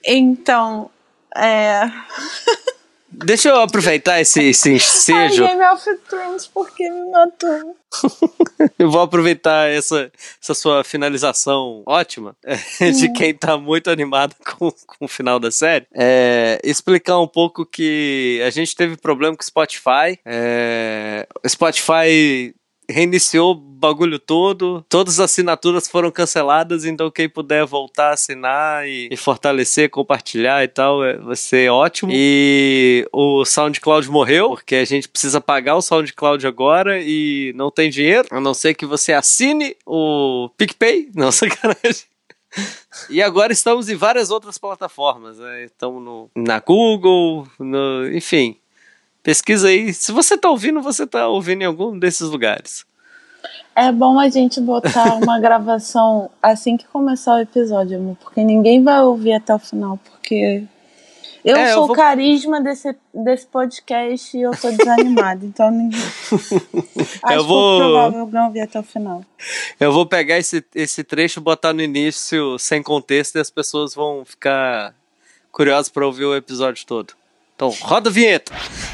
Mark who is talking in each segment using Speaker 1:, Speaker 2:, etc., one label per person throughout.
Speaker 1: Então,
Speaker 2: Deixa eu aproveitar esse ensejo.
Speaker 1: Game of Thrones, porque me matou.
Speaker 2: Eu vou aproveitar essa sua finalização ótima de quem tá muito animado com o final da série. Explicar um pouco que a gente teve problema com o Spotify. O Spotify reiniciou o bagulho todo, todas as assinaturas foram canceladas, então quem puder voltar a assinar e fortalecer, compartilhar e tal, vai ser ótimo. E o SoundCloud morreu, porque a gente precisa pagar o SoundCloud agora e não tem dinheiro, a não ser que você assine o PicPay. Não, sacanagem. E agora estamos em várias outras plataformas, né? Estamos na Google, enfim. Pesquisa aí. Se você tá ouvindo em algum desses lugares.
Speaker 1: É bom a gente botar uma gravação assim que começar o episódio, amor, porque ninguém vai ouvir até o final, porque eu sou o carisma desse podcast e eu tô desanimada, então ninguém... Acho provável não ouvir até o final.
Speaker 2: Eu vou pegar esse trecho, botar no início sem contexto e as pessoas vão ficar curiosas pra ouvir o episódio todo. Então, roda a vinheta!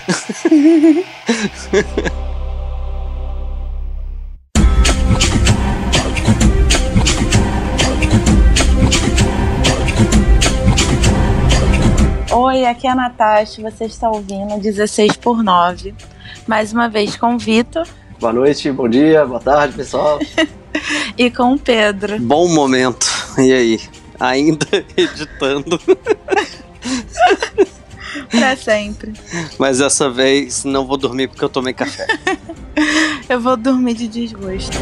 Speaker 1: Oi, aqui é a Natasha, você está ouvindo 16x9, mais uma vez com o Vitor.
Speaker 3: Boa noite, bom dia, boa tarde, pessoal.
Speaker 1: E com o Pedro.
Speaker 2: Bom momento, e aí? Ainda editando.
Speaker 1: Pra sempre.
Speaker 2: Mas dessa vez não vou dormir porque eu tomei café.
Speaker 1: Eu vou dormir de desgosto.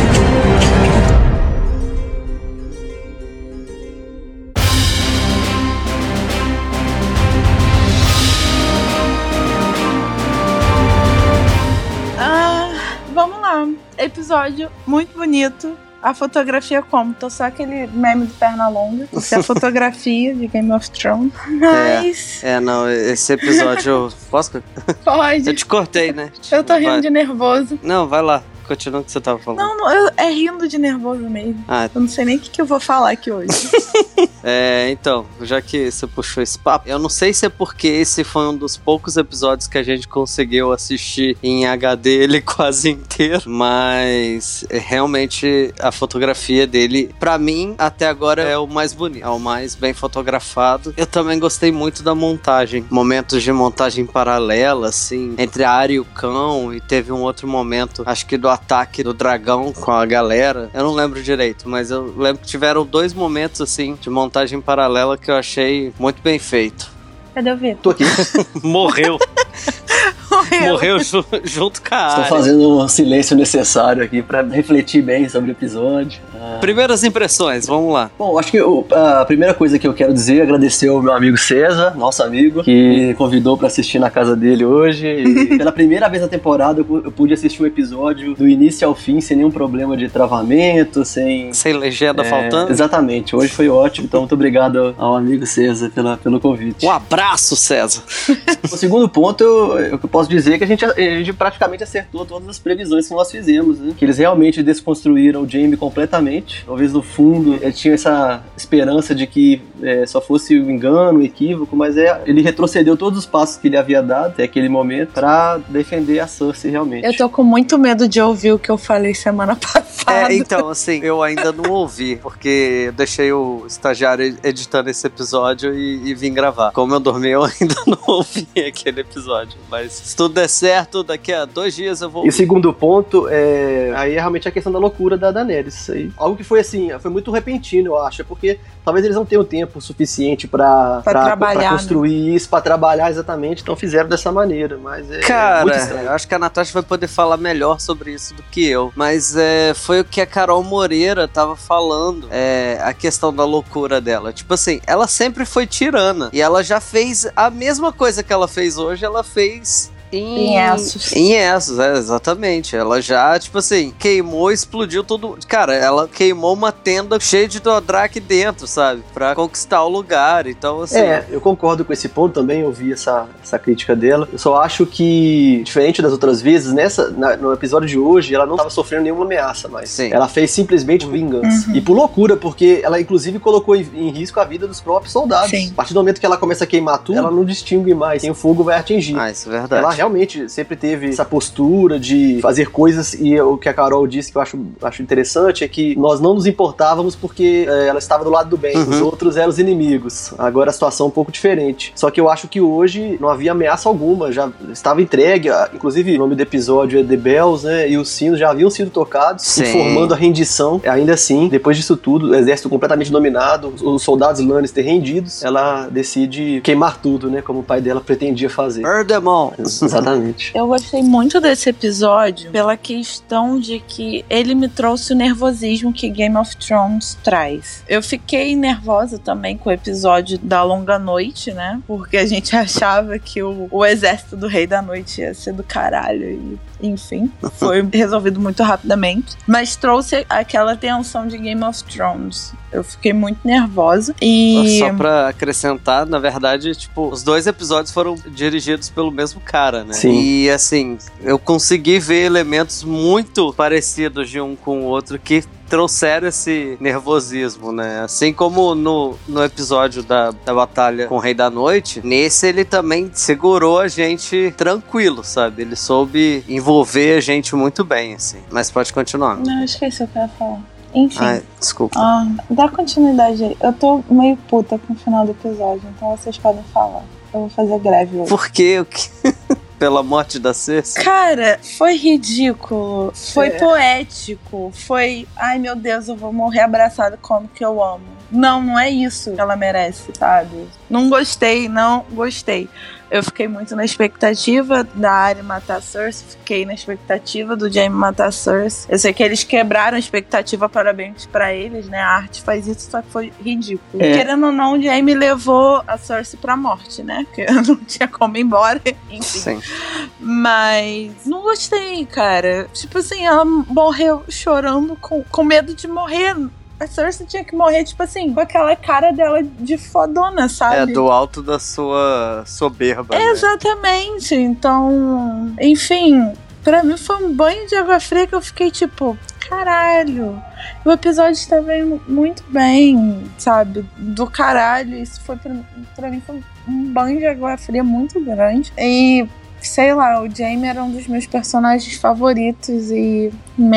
Speaker 1: Vamos lá. Episódio muito bonito. A fotografia como? Tô só aquele meme de perna longa. Isso é a fotografia de Game of Thrones. Mas...
Speaker 2: não, esse episódio... Posso?
Speaker 1: Pode.
Speaker 2: Eu te cortei, né?
Speaker 1: Eu tô rindo de nervoso.
Speaker 2: Não, vai lá. Continua o que você tava falando.
Speaker 1: Não, é rindo de nervoso mesmo. Eu não sei nem o que eu vou falar aqui hoje.
Speaker 2: Então, já que você puxou esse papo, eu não sei se é porque esse foi um dos poucos episódios que a gente conseguiu assistir em HD ele quase inteiro, mas realmente a fotografia dele, pra mim, até agora é o mais bonito, é o mais bem fotografado. Eu também gostei muito da montagem, momentos de montagem paralela, assim, entre a Arya e o cão, e teve um outro momento, acho que do ataque do dragão com a galera. Eu não lembro direito, mas eu lembro que tiveram 2 momentos, assim, de montagem paralela que eu achei muito bem feito.
Speaker 1: Cadê o Vitor?
Speaker 3: Tô aqui.
Speaker 2: Morreu junto com a Arya.
Speaker 3: Estou fazendo um silêncio necessário aqui pra refletir bem sobre o episódio.
Speaker 2: Primeiras impressões, vamos lá.
Speaker 3: Bom, acho que a primeira coisa que eu quero dizer é agradecer ao meu amigo César, nosso amigo, que convidou pra assistir na casa dele hoje. E pela primeira vez na temporada eu pude assistir um episódio do início ao fim sem nenhum problema de travamento, sem
Speaker 2: legenda faltando.
Speaker 3: Exatamente, hoje foi ótimo, então muito obrigado ao amigo César pelo convite.
Speaker 2: Um abraço, César.
Speaker 3: O segundo ponto, eu posso dizer que a gente praticamente acertou todas as previsões que nós fizemos, né? Que eles realmente desconstruíram o Jaime completamente. Talvez no fundo ele tinha essa esperança de que só fosse um engano, um equívoco, mas ele retrocedeu todos os passos que ele havia dado até aquele momento pra defender a Cersei realmente.
Speaker 1: Eu tô com muito medo de ouvir o que eu falei semana passada.
Speaker 2: Então, assim, eu ainda não ouvi, porque eu deixei o estagiário editando esse episódio e vim gravar. Como eu dormi, eu ainda não ouvi aquele episódio. Mas se tudo der certo, daqui a 2 dias eu vou ouvir.
Speaker 3: E o segundo ponto aí é realmente a questão da loucura da Daenerys. Aí. Algo que foi assim, foi muito repentino, eu acho, porque talvez eles não tenham tempo suficiente pra construir isso, pra trabalhar exatamente, então fizeram dessa maneira, mas
Speaker 2: Cara,
Speaker 3: muito estranho.
Speaker 2: Eu acho que a Natasha vai poder falar melhor sobre isso do que eu, mas foi o que a Carol Moreira tava falando, a questão da loucura dela, tipo assim, ela sempre foi tirana, e ela já fez a mesma coisa que ela fez hoje, ela fez
Speaker 1: em Essos.
Speaker 2: Em Essos, exatamente. Ela já, tipo assim, queimou, explodiu tudo. Cara, ela queimou uma tenda cheia de Dothraki dentro, sabe? Pra conquistar o lugar. Então, assim...
Speaker 3: eu concordo com esse ponto também, eu vi essa crítica dela. Eu só acho que, diferente das outras vezes, no episódio de hoje, ela não tava sofrendo nenhuma ameaça mais.
Speaker 2: Sim.
Speaker 3: Ela fez simplesmente vingança. E por loucura, porque ela, inclusive, colocou em risco a vida dos próprios soldados.
Speaker 1: Sim.
Speaker 3: A partir do momento que ela começa a queimar tudo, ela não distingue mais quem o fogo vai atingir.
Speaker 2: Isso é verdade.
Speaker 3: Ela realmente sempre teve essa postura de fazer coisas, e o que a Carol disse que eu acho interessante é que nós não nos importávamos porque ela estava do lado do bem, os outros eram os inimigos. Agora a situação é um pouco diferente. Só que eu acho que hoje não havia ameaça alguma, já estava entregue, inclusive o nome do episódio é The Bells, né, e os sinos já haviam sido tocados,
Speaker 2: Sim.
Speaker 3: informando a rendição. Ainda assim, depois disso tudo, o exército completamente dominado, os soldados Lannister rendidos, ela decide queimar tudo, né, como o pai dela pretendia fazer.
Speaker 2: Burn them all.
Speaker 3: Exatamente.
Speaker 1: Eu gostei muito desse episódio pela questão de que ele me trouxe o nervosismo que Game of Thrones traz. Eu fiquei nervosa também com o episódio da Longa Noite, né? Porque a gente achava que o exército do Rei da Noite ia ser do caralho e, enfim, foi resolvido muito rapidamente. Mas trouxe aquela tensão de Game of Thrones. Eu fiquei muito nervosa e...
Speaker 2: Só pra acrescentar, na verdade, tipo, os 2 episódios foram dirigidos pelo mesmo cara, né?
Speaker 3: Sim.
Speaker 2: E, assim, eu consegui ver elementos muito parecidos de um com o outro que trouxeram esse nervosismo, né? Assim como no episódio da batalha com o Rei da Noite, nesse ele também segurou a gente tranquilo, sabe? Ele soube envolver a gente muito bem, assim. Mas pode continuar.
Speaker 1: Não, eu esqueci o que eu ia falar. Enfim.
Speaker 2: Ai, desculpa.
Speaker 1: Dá continuidade aí. Eu tô meio puta com o final do episódio, então vocês podem falar. Eu vou fazer greve hoje.
Speaker 2: Por quê? Pela morte da Cersei?
Speaker 1: Cara, foi ridículo. Foi poético. Foi, ai meu Deus, eu vou morrer abraçada como que eu amo. Não é isso que ela merece, sabe? Não gostei. Eu fiquei muito na expectativa da Arya matar a Cersei, fiquei na expectativa do Jaime matar a Cersei. Eu sei que eles quebraram a expectativa, parabéns pra eles, né? A arte faz isso, só que foi ridículo. Querendo ou não, o Jaime levou a Cersei pra morte, né? Porque não tinha como ir embora, enfim.
Speaker 2: Sim.
Speaker 1: Mas não gostei, cara. Tipo assim, ela morreu chorando com medo de morrer. A Cersei tinha que morrer, tipo assim, com aquela cara dela de fodona, sabe?
Speaker 2: Do alto da sua soberba.
Speaker 1: Exatamente. Né? Então, enfim, pra mim foi um banho de água fria que eu fiquei tipo, caralho. O episódio estava indo muito bem, sabe? Do caralho. Isso foi pra mim foi um banho de água fria muito grande. E sei lá, o Jaime era um dos meus personagens favoritos e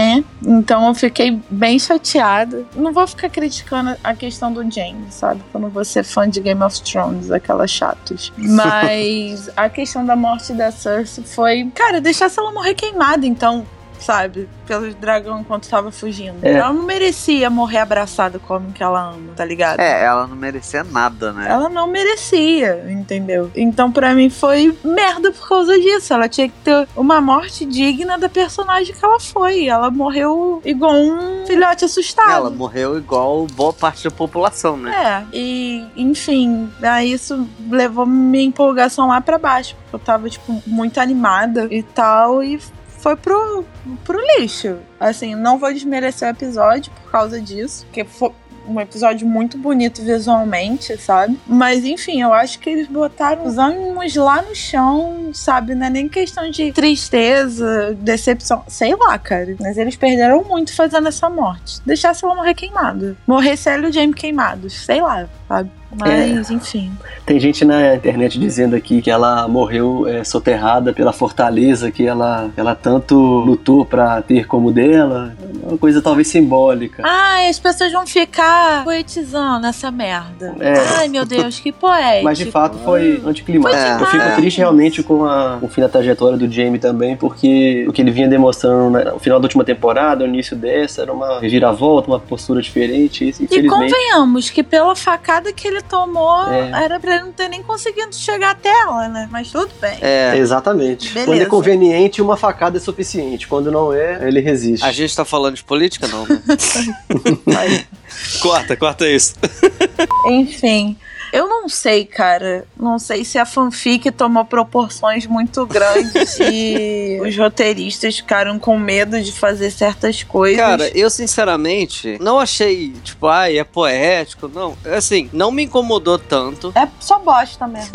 Speaker 1: então eu fiquei bem chateada. Não vou ficar criticando a questão do Jaime, sabe? Eu não vou ser fã de Game of Thrones, aquelas chatos. Mas a questão da morte da Cersei foi, cara, deixasse ela morrer queimada, então, sabe? Pelo dragão enquanto tava fugindo. Ela não merecia morrer abraçada com o homem que ela ama, tá ligado?
Speaker 2: Ela não merecia nada, né?
Speaker 1: Ela não merecia, entendeu? Então pra mim foi merda por causa disso. Ela tinha que ter uma morte digna da personagem que ela foi. Ela morreu igual um filhote assustado.
Speaker 2: Ela morreu igual boa parte da população, né?
Speaker 1: E enfim, aí isso levou minha empolgação lá pra baixo, porque eu tava, tipo, muito animada e tal, e foi pro lixo. Assim, não vou desmerecer o episódio por causa disso, porque foi um episódio muito bonito visualmente, sabe? Mas enfim, eu acho que eles botaram os ânimos lá no chão, sabe? Não é nem questão de tristeza, decepção, sei lá, cara. Mas eles perderam muito fazendo essa morte. Deixasse ela morrer queimada. Morresse ela e o Jaime queimados, sei lá, sabe? Mas, enfim.
Speaker 3: Tem gente na internet dizendo aqui que ela morreu soterrada pela fortaleza que ela tanto lutou pra ter como dela. Uma coisa talvez simbólica.
Speaker 1: Ai, as pessoas vão ficar poetizando essa merda. Ai, meu Deus, que poético.
Speaker 3: Mas de fato foi anticlimático. Eu fico triste realmente com o fim da trajetória do Jaime também, porque o que ele vinha demonstrando no final da última temporada, no início dessa, era uma reviravolta, uma postura diferente. E
Speaker 1: convenhamos que pela facada que ele tomou, era pra ele não ter nem conseguido chegar até ela, né? Mas tudo bem.
Speaker 3: Exatamente.
Speaker 1: Beleza.
Speaker 3: Quando é conveniente, uma facada é suficiente. Quando não é, ele resiste.
Speaker 2: A gente tá falando de política, não, né? Corta isso.
Speaker 1: Enfim. Eu não sei, cara. Não sei se a fanfic tomou proporções muito grandes e os roteiristas ficaram com medo de fazer certas coisas.
Speaker 2: Cara, eu sinceramente não achei, tipo, é poético. Não, assim, não me incomodou tanto.
Speaker 1: É só bosta mesmo.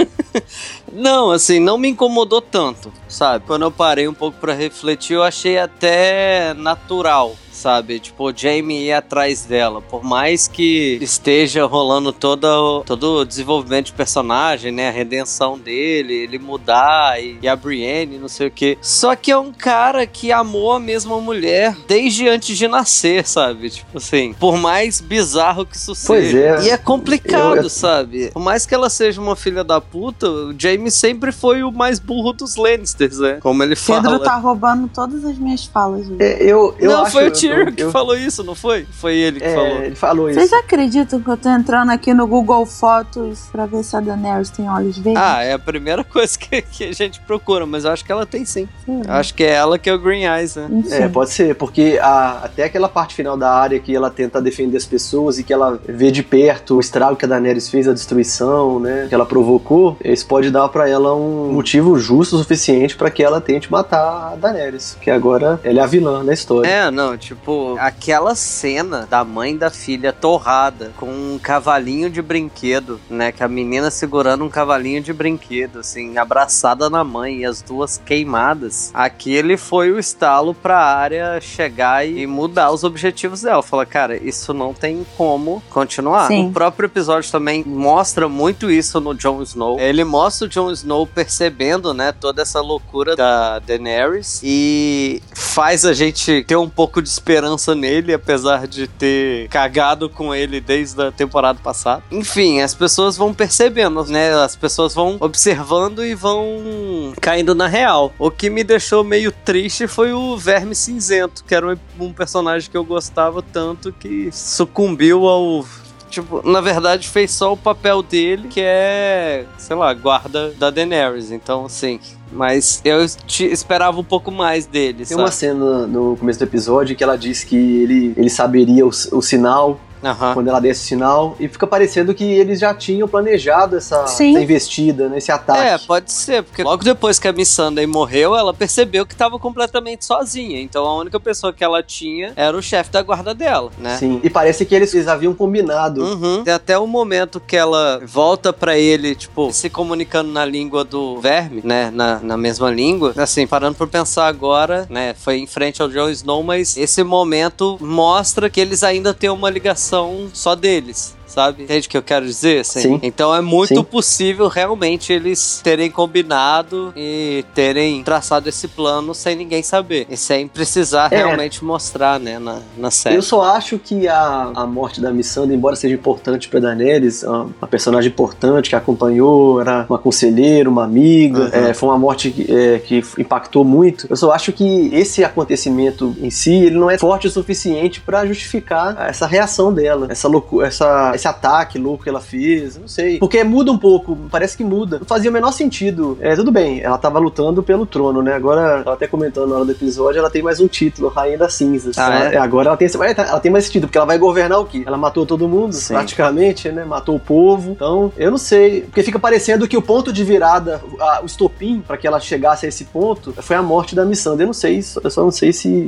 Speaker 2: Não, assim, não me incomodou tanto, sabe? Quando eu parei um pouco pra refletir, eu achei até natural, sabe? Tipo, o Jaime ir atrás dela. Por mais que esteja rolando todo o desenvolvimento de personagem, né? A redenção dele, ele mudar e a Brienne, não sei o quê. Só que é um cara que amou a mesma mulher desde antes de nascer, sabe? Tipo assim, por mais bizarro que isso seja. E é complicado, sabe? Por mais que ela seja uma filha da puta, o Jaime sempre foi o mais burro dos Lannisters, né? Como ele fala.
Speaker 1: Pedro tá roubando todas as minhas falas.
Speaker 2: Não, acho, foi o Tyrion que falou isso, não foi? Foi ele que falou.
Speaker 3: Ele falou isso.
Speaker 1: Vocês acreditam que eu tô entrando aqui no Google Fotos pra ver se a Daenerys tem olhos verdes?
Speaker 2: É a primeira coisa que a gente procura, mas eu acho que ela tem sim. Acho que é ela que é o Green Eyes, né?
Speaker 1: Enfim.
Speaker 3: Pode ser, porque até aquela parte final da área que ela tenta defender as pessoas e que ela vê de perto o estrago que a Daenerys fez, a destruição, né, que ela provocou, isso pode dar pra ela um motivo justo o suficiente pra que ela tente matar a Daenerys, que agora ela é a vilã na história.
Speaker 2: Tipo, aquela cena da mãe da filha torrada com um cavalinho de brinquedo, né, que a menina segurando um cavalinho de brinquedo, assim, abraçada na mãe e as duas queimadas, aquele foi o estalo pra área chegar e mudar os objetivos dela. Fala, cara, isso não tem como continuar.
Speaker 1: Sim.
Speaker 2: O próprio episódio também mostra muito isso no Jon Snow. Ele mostra o Jon Snow percebendo, né, toda essa loucura da Daenerys e faz a gente ter um pouco de esperança nele, apesar de ter cagado com ele desde a temporada passada. Enfim, as pessoas vão percebendo, né, as pessoas vão observando e vão caindo na real. O que me deixou meio triste foi o Verme Cinzento, que era um personagem que eu gostava tanto que sucumbiu ao... Tipo, na verdade fez só o papel dele, que é, sei lá, guarda da Daenerys. Então, assim... Mas eu esperava um pouco mais dele,
Speaker 3: Tem uma cena no começo do episódio que ela diz que ele saberia o sinal quando ela desse o sinal, e fica parecendo que eles já tinham planejado essa investida, né, esse ataque.
Speaker 2: Pode ser, porque logo depois que a Missandei morreu, ela percebeu que estava completamente sozinha, então a única pessoa que ela tinha era o chefe da guarda dela, né?
Speaker 3: Sim, e parece que eles haviam combinado.
Speaker 2: Tem até o momento que ela volta pra ele, tipo, se comunicando na língua do verme, né, na mesma língua, assim, parando por pensar agora, né, foi em frente ao Jon Snow, mas esse momento mostra que eles ainda têm uma ligação só deles, sabe? Entende o que eu quero dizer? Assim?
Speaker 3: Sim.
Speaker 2: Então é muito possível realmente eles terem combinado e terem traçado esse plano sem ninguém saber. E sem precisar realmente mostrar, né, na série.
Speaker 3: Eu só acho que a morte da Missandei, embora seja importante pra Daenerys, uma personagem importante que a acompanhou, era uma conselheira, uma amiga, foi uma morte que impactou muito. Eu só acho que esse acontecimento em si, ele não é forte o suficiente pra justificar essa reação dela, essa loucura, esse ataque louco que ela fez, não sei. Porque muda um pouco, parece que muda. Não fazia o menor sentido. Tudo bem, ela tava lutando pelo trono, né? Agora, ela até comentando na hora do episódio, ela tem mais um título, Rainha das Cinzas. Agora ela tem mais esse título, porque ela vai governar o quê? Ela matou todo mundo, praticamente, né? Matou o povo. Então, eu não sei. Porque fica parecendo que o ponto de virada, o estopim pra que ela chegasse a esse ponto, foi a morte da Missandei. Eu não sei, eu só não sei se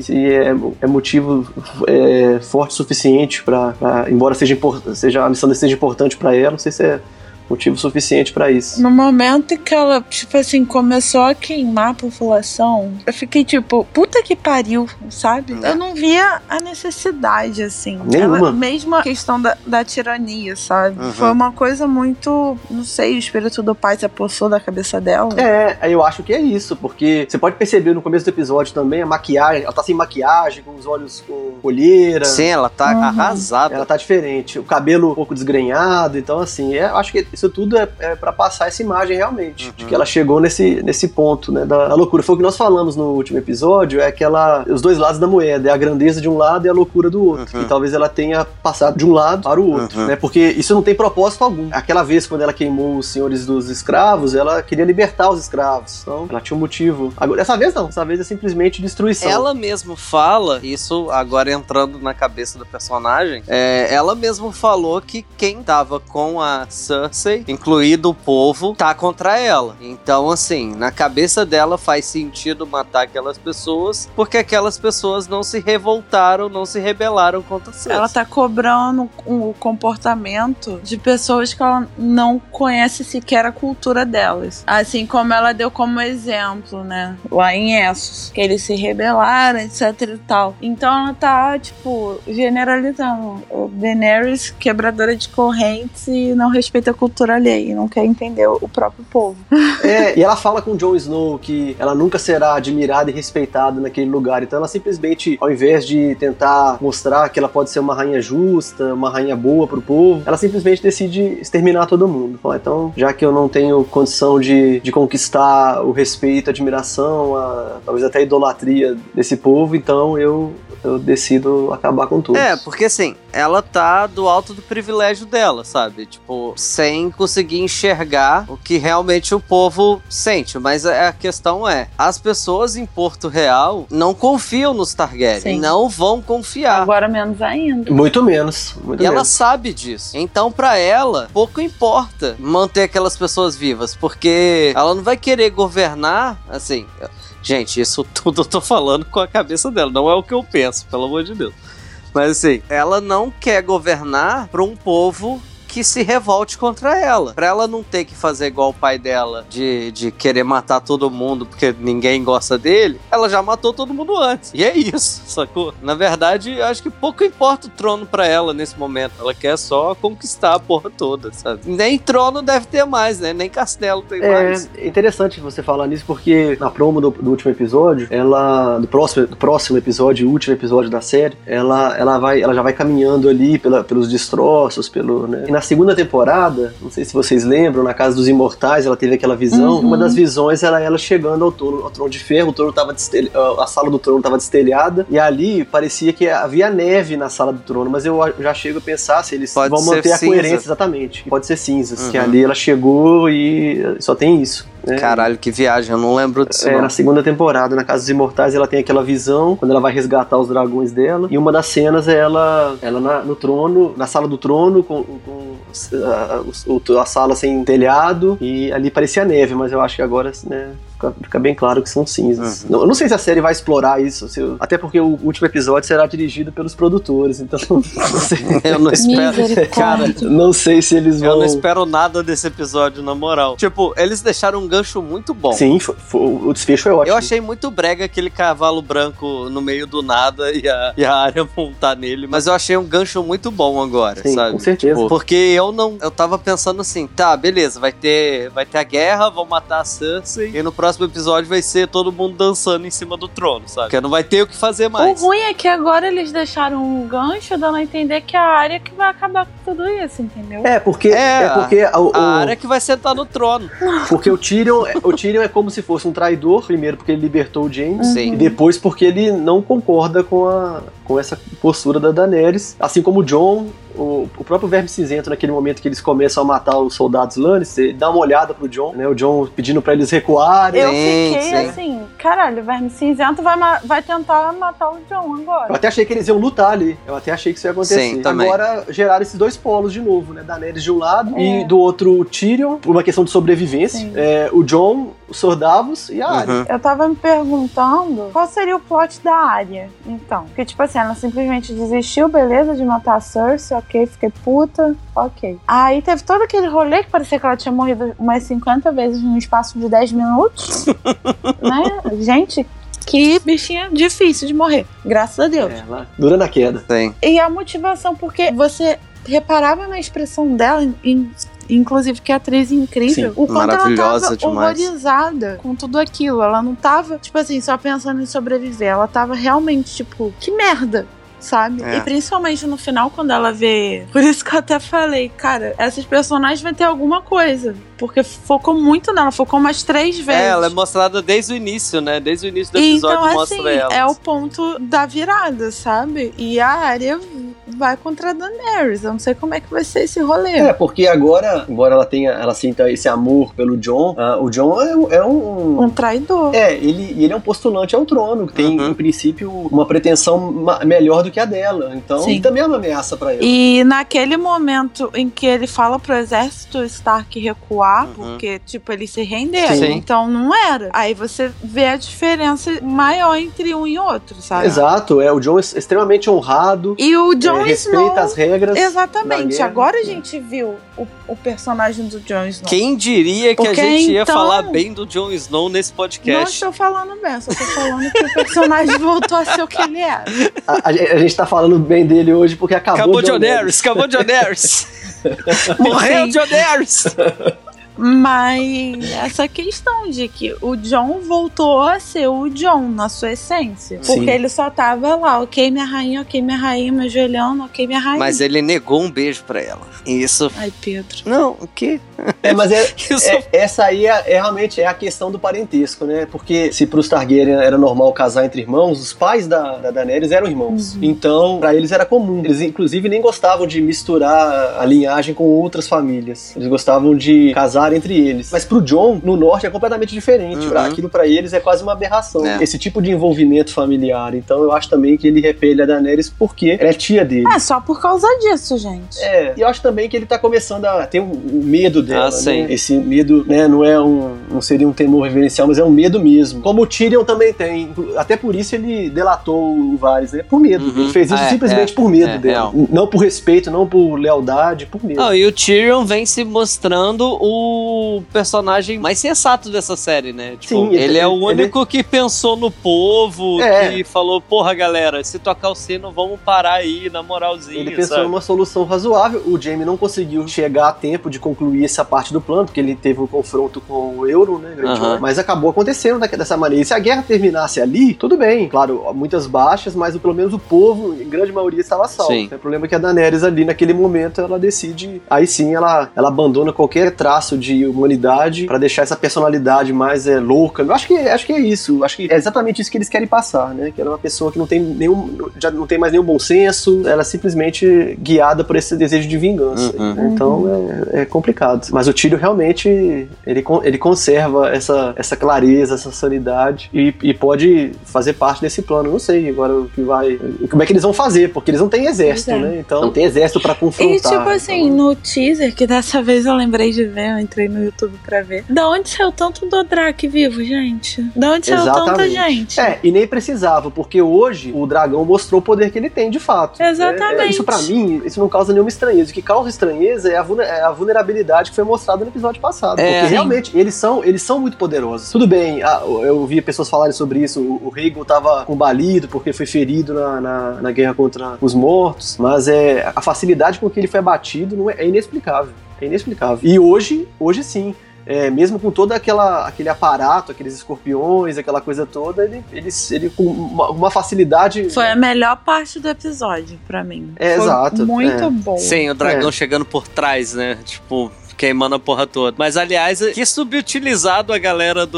Speaker 3: é motivo forte o suficiente pra embora a Missandei seja importante pra ela, não sei se é motivo suficiente pra isso.
Speaker 1: No momento que ela, tipo assim, começou a queimar a população, eu fiquei tipo, puta que pariu, sabe? Eu não via a necessidade, assim.
Speaker 3: Nenhuma.
Speaker 1: Mesmo a questão da tirania, sabe? Foi uma coisa muito, não sei, o espírito do pai se apossou da cabeça dela.
Speaker 3: Eu acho que é isso, porque você pode perceber no começo do episódio também a maquiagem, ela tá sem maquiagem, com os olhos com olheira.
Speaker 2: Sim, ela tá arrasada.
Speaker 3: Ela tá diferente, o cabelo um pouco desgrenhado, então assim, eu acho que isso tudo é pra passar essa imagem realmente, de que ela chegou nesse ponto, né, da loucura. Foi o que nós falamos no último episódio, os dois lados da moeda, é a grandeza de um lado e a loucura do outro. E talvez ela tenha passado de um lado para o outro, né, porque isso não tem propósito algum. Aquela vez, quando ela queimou os senhores dos escravos, ela queria libertar os escravos, então ela tinha um motivo. Agora, dessa vez não, dessa vez é simplesmente destruição.
Speaker 2: Ela mesmo fala, isso agora entrando na cabeça do personagem, ela mesmo falou que quem tava com a Cersei Cersei, incluído o povo, tá contra ela. Então, assim, na cabeça dela faz sentido matar aquelas pessoas, porque aquelas pessoas não se revoltaram, não se rebelaram contra Cersei.
Speaker 1: Ela tá cobrando o comportamento de pessoas que ela não conhece sequer a cultura delas. Assim como ela deu como exemplo, né? Lá em Essos, que eles se rebelaram, etc e tal. Então ela tá, tipo, generalizando. O Daenerys, quebradora de correntes e não respeita a cultura alheia, e não quer entender o próprio povo.
Speaker 3: E ela fala com o Jon Snow que ela nunca será admirada e respeitada naquele lugar. Então ela simplesmente, ao invés de tentar mostrar que ela pode ser uma rainha justa, uma rainha boa pro povo, ela simplesmente decide exterminar todo mundo. Então, já que eu não tenho condição de conquistar o respeito, a admiração, talvez até a idolatria desse povo, então eu decido acabar com tudo.
Speaker 2: Porque assim, ela tá do alto do privilégio dela, sabe? Tipo, sem conseguir enxergar o que realmente o povo sente. Mas a questão é, as pessoas em Porto Real não confiam nos Targaryen. Sim. Não vão confiar.
Speaker 1: Agora menos ainda.
Speaker 3: Muito menos.
Speaker 2: E ela sabe disso. Então, pra ela, pouco importa manter aquelas pessoas vivas, porque ela não vai querer governar, assim... Gente, isso tudo eu tô falando com a cabeça dela, não é o que eu penso, pelo amor de Deus. Mas assim, ela não quer governar para um povo que se revolte contra ela. Pra ela não ter que fazer igual o pai dela, de querer matar todo mundo porque ninguém gosta dele, ela já matou todo mundo antes. E é isso, sacou? Na verdade, eu acho que pouco importa o trono pra ela nesse momento. Ela quer só conquistar a porra toda, sabe? Nem trono deve ter mais, né? Nem castelo tem mais.
Speaker 3: É interessante você falar nisso, porque na promo do último episódio, do próximo episódio, o último episódio da série, ela já vai caminhando ali pelos destroços, né? E na segunda temporada, não sei se vocês lembram, na Casa dos Imortais, ela teve aquela visão. Uma das visões era ela chegando ao trono de ferro. O trono tava a sala do trono estava destelhada, e ali parecia que havia neve na sala do trono, mas eu já chego a pensar se eles vão manter a coerência, exatamente. Pode ser cinzas, que ali ela chegou e só tem isso.
Speaker 2: Caralho, que viagem, eu não lembro disso.
Speaker 3: Na segunda temporada, na Casa dos Imortais, ela tem aquela visão quando ela vai resgatar os dragões dela, e uma das cenas é ela no trono, na sala do trono, com a sala sem telhado, e ali parecia neve, mas eu acho que agora, né, fica bem claro que são cinzas. Eu não sei se a série vai explorar isso, até porque o último episódio será dirigido pelos produtores, então não sei.
Speaker 2: Eu não espero, cara,
Speaker 3: não sei se eles vão...
Speaker 2: Eu não espero nada desse episódio, na moral. Tipo, eles deixaram um gancho muito bom.
Speaker 3: Sim, o desfecho foi ótimo.
Speaker 2: Eu achei muito brega aquele cavalo branco no meio do nada e a Arya montar nele, mas eu achei um gancho muito bom agora,
Speaker 3: sim,
Speaker 2: sabe?
Speaker 3: Com certeza.
Speaker 2: Tipo, porque eu tava pensando assim, tá, beleza, vai ter a guerra, vão matar a Cersei, e no próximo episódio vai ser todo mundo dançando em cima do trono, sabe? Porque não vai ter o que fazer mais.
Speaker 1: O ruim é que agora eles deixaram um gancho dando a entender que a Arya que vai acabar com tudo isso, entendeu?
Speaker 3: Porque
Speaker 2: a Arya que vai sentar no trono.
Speaker 3: Porque o Tyrion é como se fosse um traidor, primeiro porque ele libertou o Jaime,
Speaker 2: sim,
Speaker 3: e depois porque ele não concorda com essa postura da Daenerys, assim como o Jon. O próprio Verme Cinzento, naquele momento que eles começam a matar os soldados Lannister, ele dá uma olhada pro Jon, né? O Jon pedindo pra eles recuarem.
Speaker 1: Eu fiquei assim, caralho, o Verme Cinzento vai tentar matar o Jon agora.
Speaker 3: Eu até achei que eles iam lutar ali. Eu até achei que isso ia acontecer.
Speaker 2: Sim, também.
Speaker 3: Agora geraram esses dois polos de novo, né? Daenerys de um lado e do outro o Tyrion, por uma questão de sobrevivência. O Jon, o Sor Davos e a Arya.
Speaker 1: Eu tava me perguntando qual seria o plot da Arya, então. Porque, tipo assim, ela simplesmente desistiu, beleza, de matar a Cersei, ok, fiquei puta, ok. Aí teve todo aquele rolê que parecia que ela tinha morrido umas 50 vezes no espaço de 10 minutos, né? Gente, que bichinha difícil de morrer, graças a Deus.
Speaker 3: Ela dura na queda.
Speaker 2: Sim.
Speaker 1: E a motivação, porque você reparava na expressão dela, inclusive que a atriz incrível,
Speaker 2: sim,
Speaker 1: o quanto ela tava
Speaker 2: demais,
Speaker 1: horrorizada com tudo aquilo. Ela não tava, tipo assim, só pensando em sobreviver. Ela tava realmente, tipo, que merda, sabe? E principalmente no final, quando ela vê... Por isso que eu até falei, cara, essas personagens vão ter alguma coisa. porque focou muito nela, focou umas 3 vezes.
Speaker 2: Ela é mostrada desde o início, né? Desde o início do episódio
Speaker 1: então,
Speaker 2: mostra
Speaker 1: assim,
Speaker 2: ela.
Speaker 1: É o ponto da virada, sabe? E a Arya vai contra a Daenerys. Eu não sei como é que vai ser esse rolê.
Speaker 3: Porque agora, embora ela sinta esse amor pelo Jon, o Jon é um
Speaker 1: traidor.
Speaker 3: Ele é um postulante ao trono, que tem, em princípio, uma pretensão melhor do que a dela. Então, ele também é uma ameaça pra ela.
Speaker 1: E naquele momento em que ele fala pro exército Stark recuar, porque, tipo, eles se renderam.
Speaker 3: Sim.
Speaker 1: Então, não era. Aí você vê a diferença maior entre um e outro, sabe?
Speaker 3: Exato. O Jon é extremamente honrado.
Speaker 1: E o Jon
Speaker 3: respeita as regras.
Speaker 1: Exatamente. Agora a gente viu o personagem do Jon Snow.
Speaker 2: Quem diria que porque a gente ia falar bem do Jon Snow nesse podcast?
Speaker 1: Não estou falando bem, só estou falando que o personagem voltou a ser o que ele era.
Speaker 3: A gente tá falando bem dele hoje porque acabou
Speaker 2: Jon Daenerys. Acabou Jon Daenerys. Morreu Jon Daenerys.
Speaker 1: Mas essa questão de que o Jon voltou a ser o Jon na sua essência. Porque ele só tava lá, ok, minha rainha, me ajoelhando, ok, minha rainha.
Speaker 2: Mas ele negou um beijo pra ela. Isso.
Speaker 1: Ai, Pedro.
Speaker 2: Não, o quê?
Speaker 3: Mas essa aí realmente é a questão do parentesco, né? Porque se pros Targaryen era normal casar entre irmãos, os pais da Daenerys eram irmãos. Então, pra eles era comum. Eles, inclusive, nem gostavam de misturar a linhagem com outras famílias. Eles gostavam de casar entre eles. Mas pro Jon, no norte, é completamente diferente. Aquilo pra eles é quase uma aberração. Esse tipo de envolvimento familiar. Então, eu acho também que ele repele a Daenerys porque ela é tia dele.
Speaker 1: Só por causa disso, gente.
Speaker 3: E eu acho também que ele tá começando a ter um medo dela, né? Esse medo, né, não seria um temor reverencial, mas é um medo mesmo. Como o Tyrion também tem. Até por isso ele delatou o Varys, né? Por medo. Ele fez isso simplesmente por medo dela. Não por respeito, não por lealdade, por medo.
Speaker 2: E o Tyrion vem se mostrando o personagem mais sensato dessa série, né? Tipo, sim, ele é o único que pensou no povo, que falou, porra, galera, se tocar o sino, vamos parar aí, na moralzinha.
Speaker 3: Ele pensou numa solução razoável. O Jaime não conseguiu chegar a tempo de concluir essa parte do plano, porque ele teve um confronto com o Euron, né? Mas acabou acontecendo dessa maneira. E se a guerra terminasse ali, tudo bem. Claro, muitas baixas, mas pelo menos o povo, em grande maioria, estava salvo. O problema é que a Daenerys ali, naquele momento, ela decide, aí sim, ela abandona qualquer traço de humanidade pra deixar essa personalidade mais louca. Eu acho que é isso. Acho que é exatamente isso que eles querem passar, né? Que ela é uma pessoa que já não tem mais nenhum bom senso, ela é simplesmente guiada por esse desejo de vingança. Então é complicado. Mas o Tyrion realmente ele conserva essa clareza, essa sanidade e pode fazer parte desse plano. Não sei agora como é que eles vão fazer, porque eles não têm exército, né? Então não tem exército pra confrontar.
Speaker 1: E tipo assim, no teaser, que dessa vez eu lembrei de ver, eu entrei no YouTube pra ver. Da onde saiu tanto Dothraki vivo, gente? Da onde saiu tanta gente?
Speaker 3: E nem precisava, porque hoje o dragão mostrou o poder que ele tem, de fato.
Speaker 1: Exatamente.
Speaker 3: Isso pra mim, isso não causa nenhuma estranheza. O que causa estranheza é a vulnerabilidade que foi mostrada no episódio passado. Porque realmente, eles são muito poderosos. Tudo bem, eu vi pessoas falarem sobre isso, o Rhaegal tava combalido porque foi ferido na guerra contra os mortos, mas a facilidade com que ele foi abatido é inexplicável. É inexplicável. E hoje sim, mesmo com todo aquele aparato, aqueles escorpiões, aquela coisa toda, ele com uma facilidade...
Speaker 1: Foi a melhor parte do episódio, pra mim.
Speaker 3: Exato.
Speaker 1: Muito bom.
Speaker 2: Sim, o dragão chegando por trás, né? Tipo... queimando a porra toda. Mas, aliás, que subutilizado a galera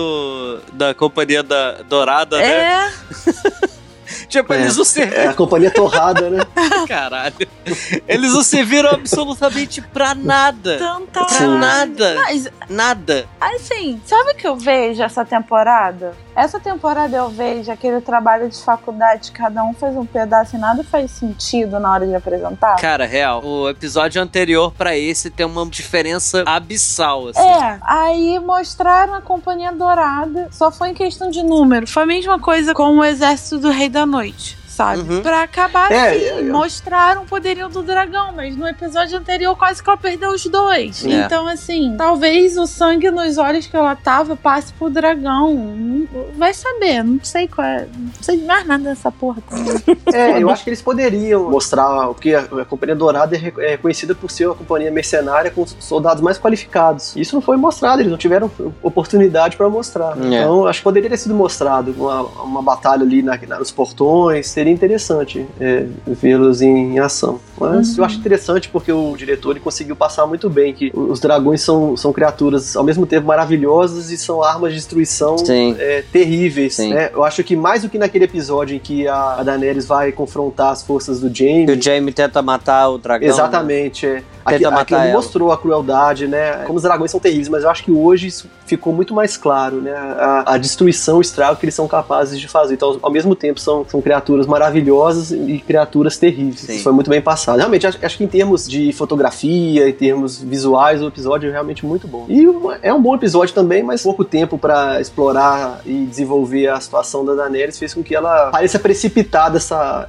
Speaker 2: da Companhia Dourada, né? Tipo, eles o serviram...
Speaker 3: a companhia torrada, né?
Speaker 2: Caralho. Eles o serviram absolutamente pra nada. Nada.
Speaker 1: Mas,
Speaker 2: nada.
Speaker 1: Assim, sabe o que eu vejo essa temporada? Essa temporada eu vejo aquele trabalho de faculdade, cada um faz um pedaço e nada faz sentido na hora de apresentar.
Speaker 2: Cara, real. O episódio anterior pra esse tem uma diferença abissal, assim.
Speaker 1: Aí mostraram a Companhia Dourada, só foi em questão de número. Foi a mesma coisa com o exército do Rei da Noite. Sabe? Pra acabar assim, mostraram o poderio do dragão, mas no episódio anterior quase que ela perdeu os dois. Então, assim, talvez o sangue nos olhos que ela tava passe pro dragão. Vai saber, não sei qual é. Não sei mais nada dessa porra também.
Speaker 3: Eu acho que eles poderiam mostrar, porque a Companhia Dourada é conhecida por ser uma companhia mercenária com soldados mais qualificados. Isso não foi mostrado, eles não tiveram oportunidade pra mostrar. Então, acho que poderia ter sido mostrado uma batalha ali nos portões, teria seria interessante vê-los em ação. Mas eu acho interessante porque o diretor ele conseguiu passar muito bem que os dragões são criaturas ao mesmo tempo maravilhosas e são armas de destruição terríveis. Né? Eu acho que mais do que naquele episódio em que a Daenerys vai confrontar as forças do Jaime.
Speaker 2: Que o Jaime tenta matar o dragão.
Speaker 3: Exatamente, Aquilo mostrou a crueldade, né? Como os dragões são terríveis, mas eu acho que hoje isso ficou muito mais claro, né? A destruição, o estrago que eles são capazes de fazer. Então, ao mesmo tempo, são criaturas maravilhosas e criaturas terríveis. Isso foi muito bem passado. Realmente, acho que em termos de fotografia, em termos visuais, o episódio é realmente muito bom. E é um bom episódio também, mas pouco tempo pra explorar e desenvolver a situação da Daenerys fez com que ela pareça precipitada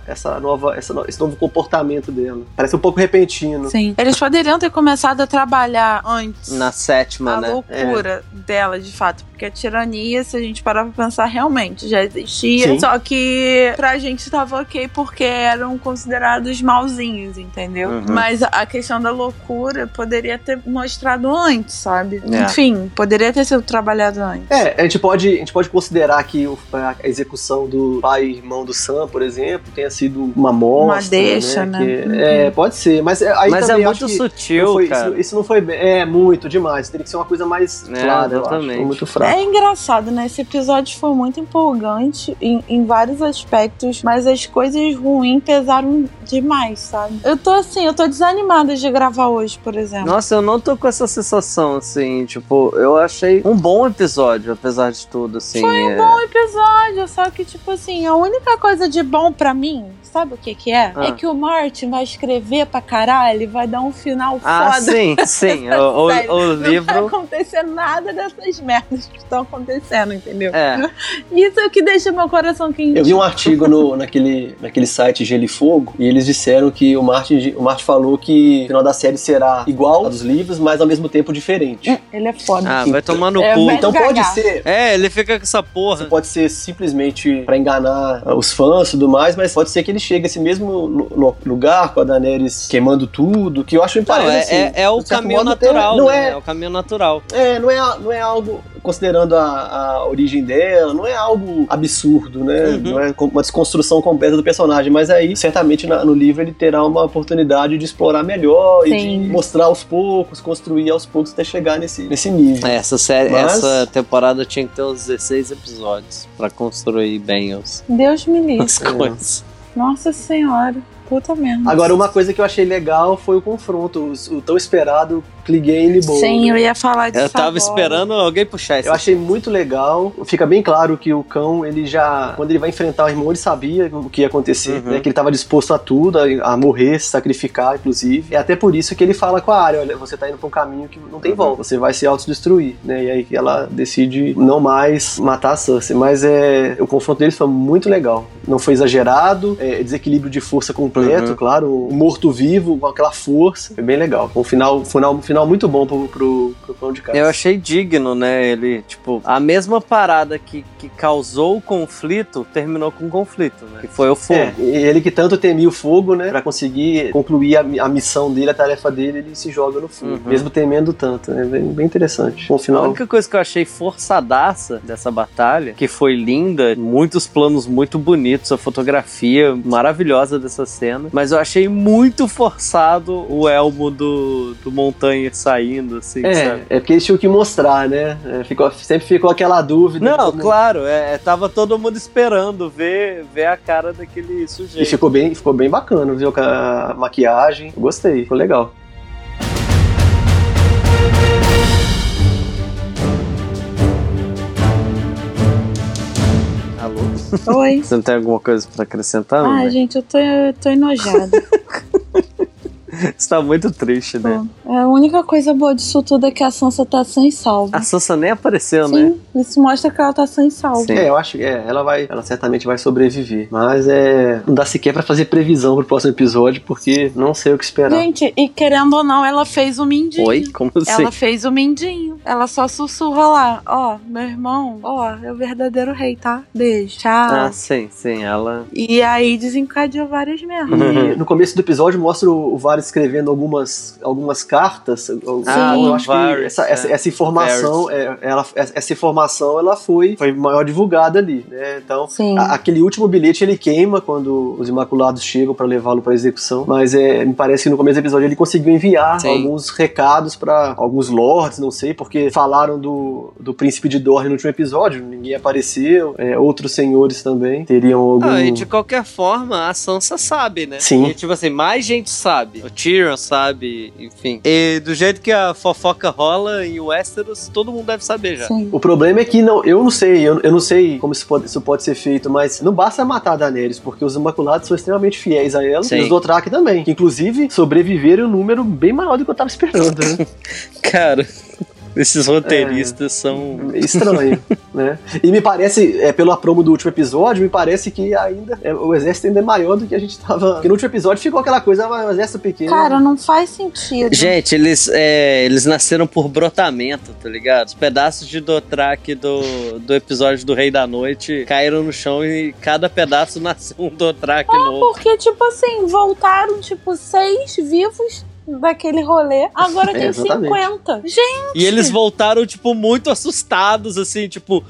Speaker 3: esse novo comportamento dela. Parece um pouco repentino.
Speaker 1: Sim. Eles poderiam ter começado a trabalhar antes.
Speaker 2: Na 7ª, né?
Speaker 1: A loucura dela, de fato. Porque a tirania, se a gente parar pra pensar, realmente já existia. Sim. Só que pra gente tava ok porque eram considerados malzinhos, entendeu? Mas a questão da loucura poderia ter mostrado antes, sabe? Enfim, poderia ter sido trabalhado antes.
Speaker 3: A gente pode considerar que a execução do pai e irmão do Sam, por exemplo, tenha sido uma mostra.
Speaker 1: Uma deixa, né?
Speaker 3: Pode ser. Mas aí
Speaker 2: mas
Speaker 3: também
Speaker 2: é muito sutil, cara.
Speaker 3: Isso não foi bem. Muito demais. Teria que ser uma coisa mais clara, eu acho. Foi muito fraco.
Speaker 1: É engraçado, né? Esse episódio foi muito empolgante em vários aspectos, mas as coisas ruins pesaram demais, sabe? Eu tô desanimada de gravar hoje, por exemplo.
Speaker 2: Nossa, eu não tô com essa sensação, assim, tipo, eu achei um bom episódio, apesar de tudo, assim.
Speaker 1: Foi um bom episódio, só que, tipo assim, a única coisa de bom pra mim, sabe o que é? É que o Martin vai escrever pra caralho, vai dar um final foda.
Speaker 2: Sim. o livro...
Speaker 1: Não vai acontecer nada dessas merdas que estão acontecendo, entendeu? Isso é o que deixa meu coração quente.
Speaker 3: Eu vi um artigo naquele site Gelo e Fogo, e eles disseram que o Martin falou que o final da série será igual ao dos livros, mas ao mesmo tempo diferente.
Speaker 1: Ele é foda.
Speaker 2: Vai tomar no cu.
Speaker 3: Então pode ser...
Speaker 2: ele fica com essa porra.
Speaker 3: Pode ser simplesmente pra enganar os fãs e tudo mais, mas pode ser que ele chegue a esse mesmo lugar com a Daenerys queimando tudo, que eu acho que parece assim,
Speaker 2: é o caminho natural, é o caminho natural.
Speaker 3: Não é algo, considerando a origem dela, não é algo absurdo, né? Não é uma desconstrução completa do personagem, mas aí, certamente, no livro ele terá uma oportunidade de explorar melhor e de mostrar aos poucos, construir aos poucos até chegar nesse nível.
Speaker 2: Essa temporada tinha que ter uns 16 episódios pra construir bem
Speaker 1: Deus me livre.
Speaker 2: as coisas.
Speaker 1: Nossa Senhora. Puta merda.
Speaker 3: Agora, uma coisa que eu achei legal foi o confronto, o tão esperado Clegane e Bolton.
Speaker 1: Sim, eu ia falar disso.
Speaker 2: Eu tava esperando alguém puxar isso.
Speaker 3: Eu achei muito legal. Fica bem claro que o cão, ele já... Quando ele vai enfrentar o irmão, ele sabia o que ia acontecer, né? Que ele tava disposto a tudo, a morrer, se sacrificar, inclusive. É até por isso que ele fala com a Arya, olha, você tá indo pra um caminho que não tem volta. Você vai se autodestruir, né? E aí ela decide não mais matar a Cersei. Mas o confronto deles foi muito legal. Não foi exagerado, desequilíbrio de força completo, claro. O morto-vivo, com aquela força. Foi bem legal. Um final muito bom pro Pão de Casa.
Speaker 2: Eu achei digno, né? Ele, tipo, a mesma parada que causou o conflito, terminou com o conflito, né? Que foi o fogo.
Speaker 3: E ele que tanto temia o fogo, né? Pra conseguir concluir a missão dele, a tarefa dele, ele se joga no fogo. Mesmo temendo tanto, né? Bem interessante. Um final...
Speaker 2: A única coisa que eu achei forçadaça dessa batalha, que foi linda, muitos planos muito bonitos, a fotografia maravilhosa dessa cena, mas eu achei muito forçado o elmo do Montanha saindo, assim, sabe?
Speaker 3: É porque eles tinham que mostrar, né? Sempre ficou aquela dúvida.
Speaker 2: Não, claro, tava todo mundo esperando ver a cara daquele sujeito.
Speaker 3: E ficou bem bacana, viu? Com a maquiagem. Eu gostei, ficou legal.
Speaker 2: Alô?
Speaker 1: Oi.
Speaker 2: Você não tem alguma coisa pra acrescentar?
Speaker 1: Gente, eu tô enojada.
Speaker 2: Você tá muito triste, né?
Speaker 1: A única coisa boa disso tudo é que a Sansa tá sem salvo.
Speaker 2: A Sansa nem apareceu,
Speaker 1: Sim,
Speaker 2: né?
Speaker 1: Isso mostra que ela tá sem salvo.
Speaker 3: Sim. Eu acho que ela certamente vai sobreviver. Mas não dá sequer pra fazer previsão pro próximo episódio, porque não sei o que esperar.
Speaker 1: Gente, e querendo ou não, ela fez o mindinho.
Speaker 2: Oi? Como assim?
Speaker 1: Ela fez o mindinho. Ela só sussurra lá, meu irmão, é o verdadeiro rei, tá? Beijo, tchau.
Speaker 2: Sim, ela...
Speaker 1: E aí desencadeou várias merdas.
Speaker 3: E no começo do episódio mostra o Varys escrevendo algumas cartas cartas. Eu acho que essa informação, essa informação ela foi maior divulgada ali, né? Então, aquele último bilhete ele queima quando os Imaculados chegam para levá-lo para execução, mas me parece que no começo do episódio ele conseguiu enviar alguns recados para alguns lords, não sei, porque falaram do príncipe de Dorne no último episódio, ninguém apareceu, outros senhores também teriam algum...
Speaker 2: E de qualquer forma, a Sansa sabe, né?
Speaker 3: Sim.
Speaker 2: E, tipo assim, mais gente sabe. O Tyrion sabe, enfim. E do jeito que a fofoca rola em Westeros, todo mundo deve saber já.
Speaker 1: Sim.
Speaker 3: O problema é que eu não sei como isso pode ser feito, mas não basta matar a Daenerys, porque os Imaculados são extremamente fiéis a ela, e os Dothraki também, que inclusive sobreviveram em um número bem maior do que eu tava esperando, né?
Speaker 2: Cara... Esses roteiristas são...
Speaker 3: estranho, né? E me parece, pela promo do último episódio, me parece que ainda o exército ainda é maior do que a gente tava... Porque no último episódio ficou aquela coisa, um exército pequeno.
Speaker 1: Cara, não faz sentido.
Speaker 2: Gente, eles nasceram por brotamento, tá ligado? Os pedaços de Dothraki do episódio do Rei da Noite caíram no chão e cada pedaço nasceu um Dothraki novo.
Speaker 1: Porque, tipo assim, voltaram, 6 vivos daquele rolê, agora tem 50. Gente!
Speaker 2: E eles voltaram, muito assustados, assim,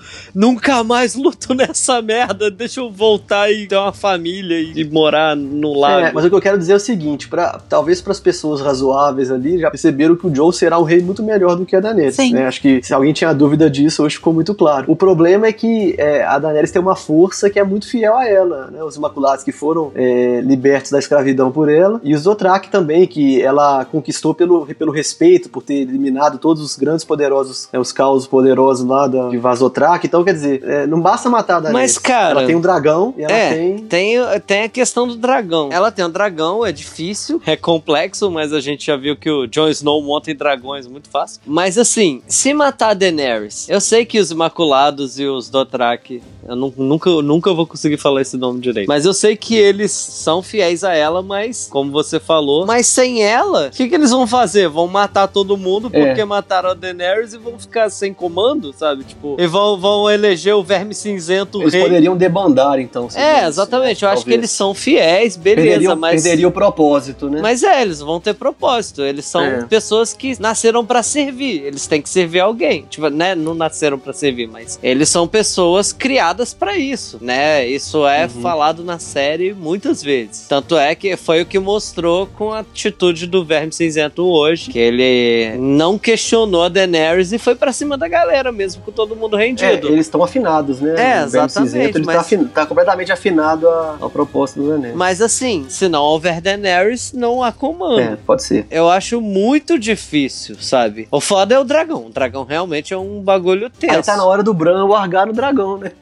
Speaker 2: nunca mais luto nessa merda, deixa eu voltar e ter uma família e morar no lago.
Speaker 3: Mas o que eu quero dizer é o seguinte, talvez para as pessoas razoáveis ali, já perceberam que o Jon será um rei muito melhor do que a Daenerys, né? Acho que se alguém tinha dúvida disso, hoje ficou muito claro. O problema é que a Daenerys tem uma força que é muito fiel a ela, né? Os Imaculados que foram libertos da escravidão por ela, e os Dothraki também, que ela conquistou pelo respeito, por ter eliminado todos os grandes poderosos, os causos poderosos lá de Vazotrak. Então, quer dizer, não basta matar a Daenerys.
Speaker 2: Mas, cara...
Speaker 3: Ela tem um dragão e ela
Speaker 2: tem a questão do dragão. Ela tem um dragão, é difícil, é complexo, mas a gente já viu que o Jon Snow monta em dragões muito fácil. Mas, assim, se matar a Daenerys, eu sei que os Imaculados e os Dothraki, eu nunca vou conseguir falar esse nome direito, mas eu sei que eles são fiéis a ela, mas, como você falou, mas sem ela, o que eles vão fazer? Vão matar todo mundo porque mataram a Daenerys e vão ficar sem comando, sabe? E vão eleger o Verme Cinzento
Speaker 3: eles
Speaker 2: rei.
Speaker 3: Eles poderiam debandar, então.
Speaker 2: Exatamente. Isso, né? Eu acho que eles são fiéis, beleza, mas...
Speaker 3: Perderia o propósito, né?
Speaker 2: Mas eles vão ter propósito. Eles são pessoas que nasceram pra servir. Eles têm que servir alguém. Né? Não nasceram pra servir, mas eles são pessoas criadas pra isso, né? Isso é falado na série muitas vezes. Tanto é que foi o que mostrou com a atitude do Verme Cinzento hoje, que ele não questionou a Daenerys e foi pra cima da galera mesmo, com todo mundo rendido.
Speaker 3: Eles estão afinados, né?
Speaker 2: Exatamente.
Speaker 3: Cinzento, ele tá completamente afinado à proposta do Daenerys.
Speaker 2: Mas assim, se não houver Daenerys, não há comando.
Speaker 3: Pode ser.
Speaker 2: Eu acho muito difícil, sabe? O foda é o dragão. O dragão realmente é um bagulho tenso.
Speaker 3: Aí tá na hora do Bran largar o dragão, né?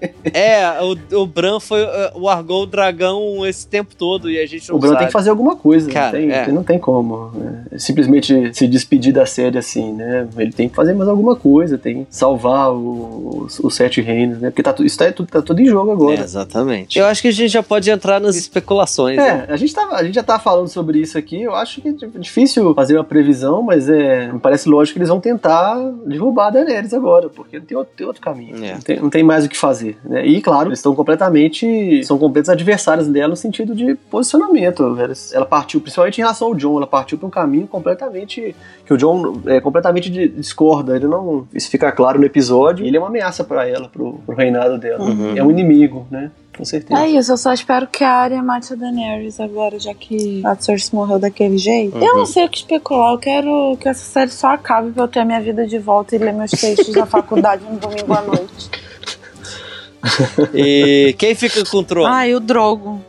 Speaker 2: O Bran largou o dragão esse tempo todo e a gente não sabe.
Speaker 3: O Bran tem que fazer alguma coisa.
Speaker 2: Cara,
Speaker 3: não tem como. Simplesmente se despedir da série assim, né? Ele tem que fazer mais alguma coisa, tem que salvar os 7 reinos, né? Porque isso tá tudo em jogo agora.
Speaker 2: Exatamente. Eu acho que a gente já pode entrar nas especulações. Né?
Speaker 3: A gente já tá falando sobre isso aqui. Eu acho que é difícil fazer uma previsão, mas me parece lógico que eles vão tentar derrubar a Daenerys agora, porque não tem outro caminho. Não tem mais o que fazer, né? E claro, eles são completos adversários dela no sentido de posicionamento. Ela partiu, principalmente em relação ao Jon, ela partiu para um caminho completamente que o Jon completamente discorda. Isso fica claro no episódio. Ele é uma ameaça para ela, pro reinado dela. É um inimigo, né? Com certeza.
Speaker 1: É isso, eu só espero que a Arya mate a Daenerys agora, já que a Cersei morreu daquele jeito. Eu não sei o que especular, eu quero que essa série só acabe pra eu ter a minha vida de volta e ler meus textos na faculdade no domingo à noite.
Speaker 2: E quem fica com o trono?
Speaker 1: E o Drogo.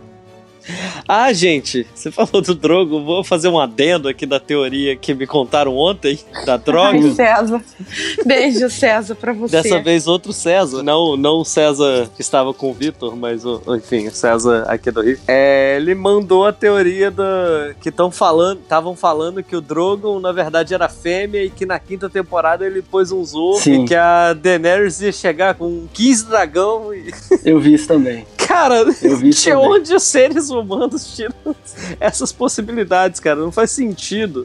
Speaker 2: Gente, você falou do Drogo, vou fazer um adendo aqui da teoria que me contaram ontem, da droga.
Speaker 1: Ai, César. Beijo, César, pra você.
Speaker 2: Dessa vez outro César, não o César que estava com o Vitor, mas enfim, o César aqui do Rio. Ele mandou a teoria que estavam falando que o Drogon na verdade era fêmea e que na 5ª temporada ele pôs um ovo e que a Daenerys ia chegar com 15 dragão.
Speaker 3: Eu vi isso também.
Speaker 2: Cara, de onde os seres humanos tiram essas possibilidades, cara? Não faz sentido.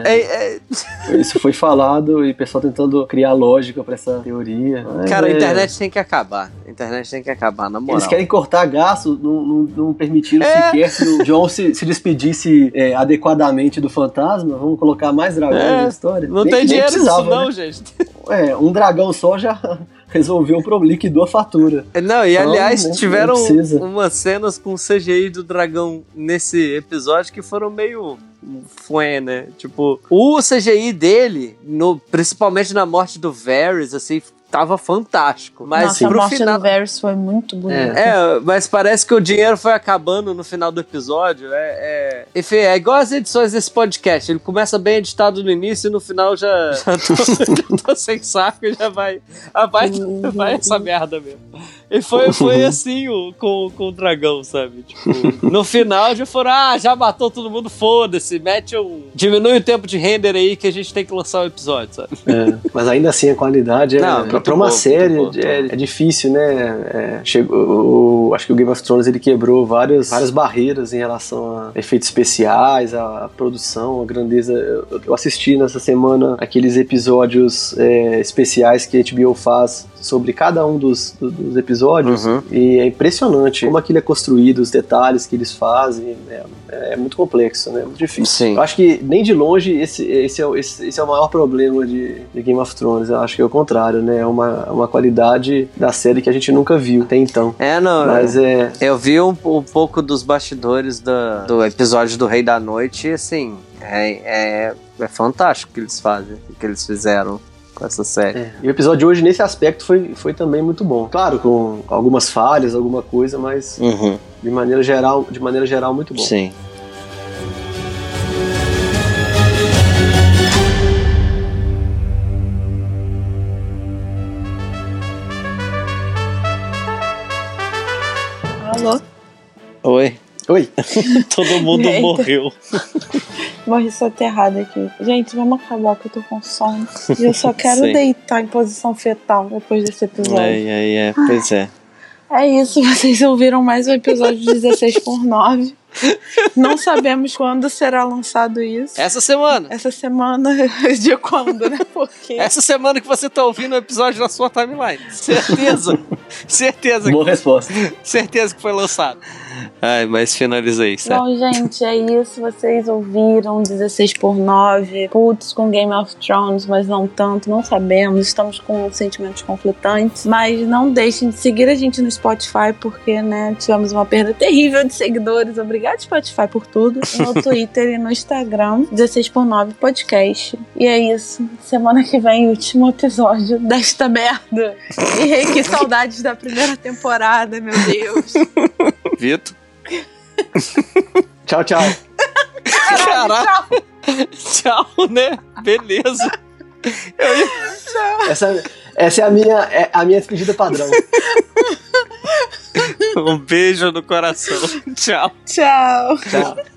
Speaker 3: Isso foi falado e o pessoal tentando criar lógica pra essa teoria.
Speaker 2: Cara, a internet tem que acabar. Na moral.
Speaker 3: Eles querem cortar gasto, não permitiram sequer que o Jon se despedisse adequadamente do fantasma. Vamos colocar mais dragões na história.
Speaker 2: Não tem dinheiro nisso não, gente.
Speaker 3: Um dragão só já resolveu o problema, liquidou a fatura.
Speaker 2: Não, e aliás, tiveram umas cenas com o CGI do dragão nesse episódio que foram meio fué, né? Tipo, o CGI dele, principalmente na morte do Varys, assim, tava fantástico. Mas
Speaker 1: nossa, a morte do Varys foi muito bonita.
Speaker 2: Mas parece que o dinheiro foi acabando no final do episódio. Enfim, é igual as edições desse podcast. Ele começa bem editado no início e no final já tô sem saco e já vai essa merda mesmo. E foi assim com o dragão, sabe? Tipo, no final já foram, já matou todo mundo, foda-se, diminui o tempo de render aí que a gente tem que lançar o episódio, sabe?
Speaker 3: Mas ainda assim a qualidade pra uma série é difícil, né? Acho que o Game of Thrones ele quebrou várias barreiras em relação a efeitos especiais, a produção, a grandeza. Eu assisti nessa semana aqueles episódios especiais que a HBO faz sobre cada um dos episódios, e é impressionante como aquilo é construído, os detalhes que eles fazem, é muito complexo, né? Muito difícil.
Speaker 2: Sim.
Speaker 3: Eu acho que nem de longe esse é o maior problema de Game of Thrones. Eu acho que é o contrário, né? É uma qualidade da série que a gente nunca viu até então. Mas
Speaker 2: eu vi um pouco dos bastidores do episódio do Rei da Noite e assim, é fantástico o que eles fazem, o que eles fizeram com essa série.
Speaker 3: E o episódio de hoje, nesse aspecto, foi também muito bom. Claro, com algumas falhas, alguma coisa, mas de maneira geral, muito bom.
Speaker 2: Sim.
Speaker 1: Alô?
Speaker 2: Oi. Todo mundo
Speaker 1: Eita.
Speaker 2: morreu.
Speaker 1: Morri soterrada aqui. Gente, vamos acabar que eu tô com sono. E eu só quero deitar em posição fetal depois desse episódio.
Speaker 2: Pois é.
Speaker 1: É isso, vocês ouviram mais um episódio de 16x9. Não sabemos quando será lançado isso.
Speaker 2: Essa semana.
Speaker 1: De quando, né? Porque...
Speaker 2: Essa semana que você tá ouvindo o episódio na sua timeline. Certeza.
Speaker 3: Boa resposta.
Speaker 2: Certeza que foi lançado. Ai, mas finaliza aí, certo?
Speaker 1: Bom, gente, é isso. Vocês ouviram 16x9. Putz, com Game of Thrones, mas não tanto. Não sabemos. Estamos com sentimentos conflitantes. Mas não deixem de seguir a gente no Spotify, porque, né, tivemos uma perda terrível de seguidores. Obrigado, Spotify, por tudo. No Twitter e no Instagram, 16x9 podcast. E é isso. Semana que vem, último episódio desta merda. E que saudades da primeira temporada, meu Deus.
Speaker 2: Vitor.
Speaker 3: Tchau.
Speaker 2: Caraca. Tchau, né? Beleza.
Speaker 3: Essa é a minha despedida padrão.
Speaker 2: Um beijo no coração. Tchau.
Speaker 1: Tchau.